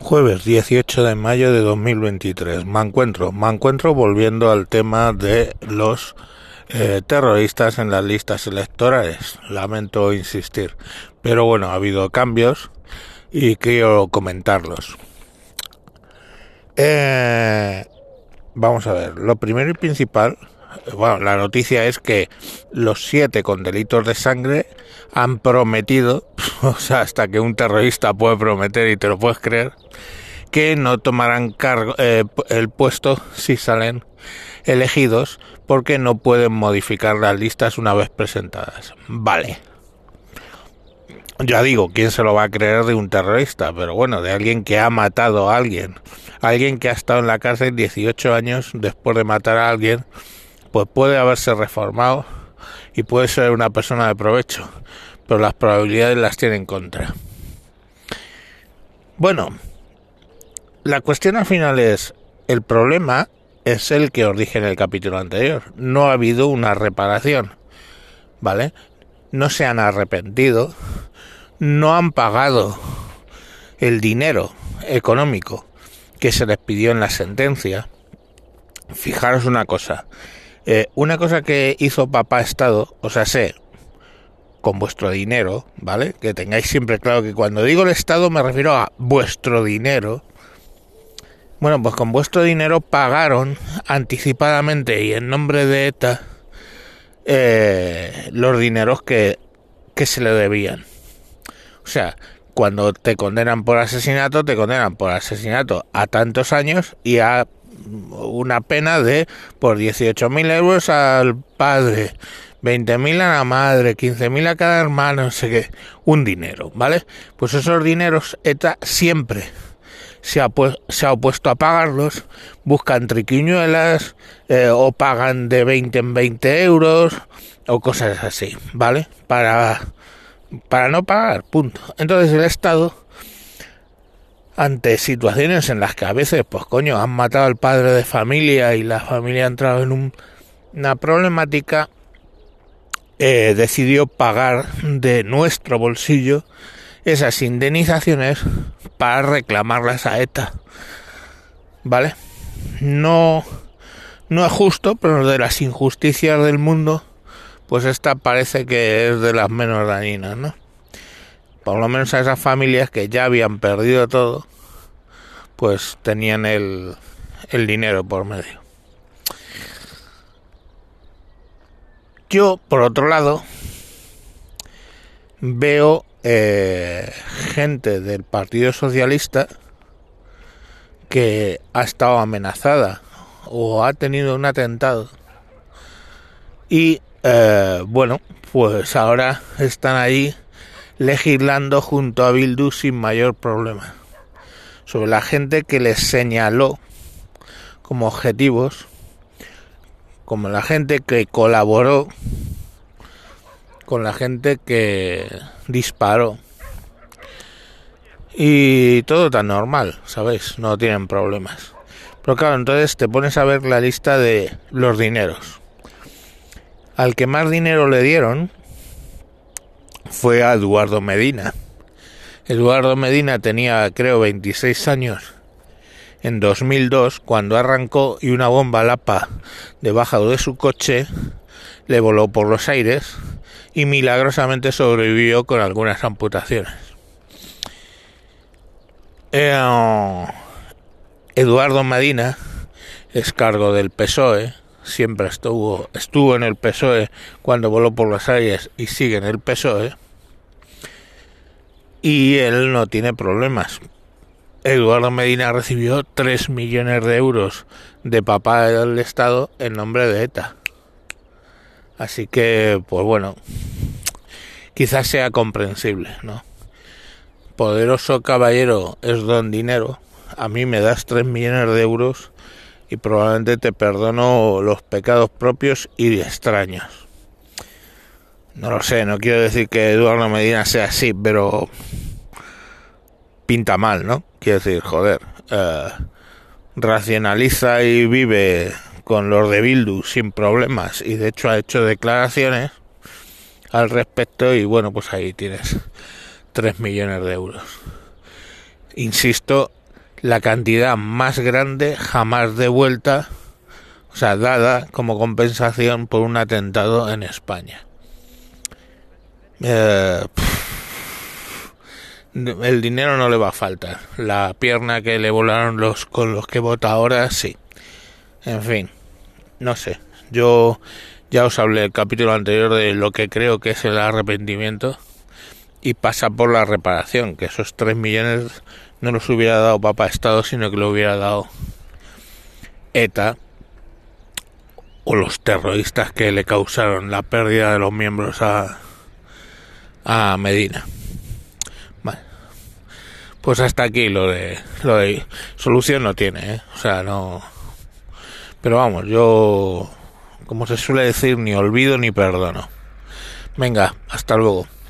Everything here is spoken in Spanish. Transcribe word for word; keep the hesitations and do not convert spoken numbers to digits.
Jueves dieciocho de mayo de dos mil veintitrés. Me encuentro, me encuentro volviendo al tema de los eh, terroristas en las listas electorales. Lamento insistir, pero bueno, ha habido cambios y quiero comentarlos. Eh, vamos a ver, lo primero y principal, bueno, la noticia es que los siete con delitos de sangre han prometido, o sea, hasta que un terrorista puede prometer y te lo puedes creer, que no tomarán cargo, eh, el puesto si salen elegidos porque no pueden modificar las listas una vez presentadas. Vale. Ya digo, ¿quién se lo va a creer de un terrorista? Pero bueno, de alguien que ha matado a alguien. Alguien que ha estado en la cárcel dieciocho años después de matar a alguien, pues puede haberse reformado y puede ser una persona de provecho, pero las probabilidades las tiene en contra. Bueno, la cuestión al final es, el problema es el que os dije en el capítulo anterior. No ha habido una reparación, ¿vale? No se han arrepentido, no han pagado el dinero económico que se les pidió en la sentencia. Fijaros una cosa, eh, una cosa que hizo Papá Estado, o sea, sé, con vuestro dinero, ¿vale? Que tengáis siempre claro que cuando digo el Estado me refiero a vuestro dinero. Bueno, pues con vuestro dinero pagaron anticipadamente y en nombre de ETA eh, los dineros que, que se le debían. O sea, cuando te condenan por asesinato, te condenan por asesinato a tantos años y a una pena de por dieciocho mil euros al padre, veinte mil a la madre, quince mil a cada hermano, no sé qué, un dinero, ¿vale? Pues esos dineros ETA siempre se ha, pu- se ha opuesto a pagarlos, buscan triquiñuelas eh, o pagan de veinte en veinte euros o cosas así, ¿vale? Para, para no pagar, punto. Entonces el Estado, ante situaciones en las que a veces, pues coño, han matado al padre de familia y la familia ha entrado en un, una problemática, eh, decidió pagar de nuestro bolsillo esas indemnizaciones para reclamarlas a ETA, ¿vale? No, no es justo, pero de las injusticias del mundo, pues esta parece que es de las menos dañinas, ¿no? Por lo menos a esas familias que ya habían perdido todo, pues tenían el, el dinero por medio. Yo, por otro lado, veo eh, gente del Partido Socialista que ha estado amenazada o ha tenido un atentado y eh, bueno, pues ahora están ahí legislando junto a Bildu sin mayor problema sobre la gente que les señaló como objetivos, como la gente que colaboró con la gente que disparó y todo tan normal, ¿sabéis? No tienen problemas. Pero claro, entonces te pones a ver la lista de los dineros. Al que más dinero le dieron fue a Eduardo Medina. Eduardo Medina tenía, creo, veintiséis años en dos mil dos cuando arrancó y una bomba Lapa debajo de su coche le voló por los aires y milagrosamente sobrevivió con algunas amputaciones. Eh, Eduardo Medina es cargo del P S O E, siempre estuvo, estuvo en el P S O E cuando voló por los aires y sigue en el P S O E. Y él no tiene problemas. Eduardo Medina recibió tres millones de euros de Papá del Estado en nombre de ETA. Así que, pues bueno, quizás sea comprensible, ¿no? Poderoso caballero es don dinero. A mí me das tres millones de euros y probablemente te perdono los pecados propios y de extraños. No lo sé, no quiero decir que Eduardo Medina sea así, pero pinta mal, ¿no? Quiero decir, joder, eh, racionaliza y vive con los de Bildu sin problemas y de hecho ha hecho declaraciones al respecto y bueno, pues ahí tienes tres millones de euros. Insisto, la cantidad más grande jamás devuelta, o sea, dada como compensación por un atentado en España. Eh, el dinero no le va a faltar. La pierna que le volaron los con los que vota ahora, sí. En fin, no sé. Yo ya os hablé el capítulo anterior de lo que creo que es el arrepentimiento y pasa por la reparación, que esos tres millones no los hubiera dado Papa Estado, sino que lo hubiera dado ETA o los terroristas que le causaron la pérdida de los miembros a, a Medina. Vale. Pues hasta aquí lo de, lo de solución no tiene, ¿eh? O sea, no. Pero vamos, yo, como se suele decir, ni olvido ni perdono. Venga, hasta luego.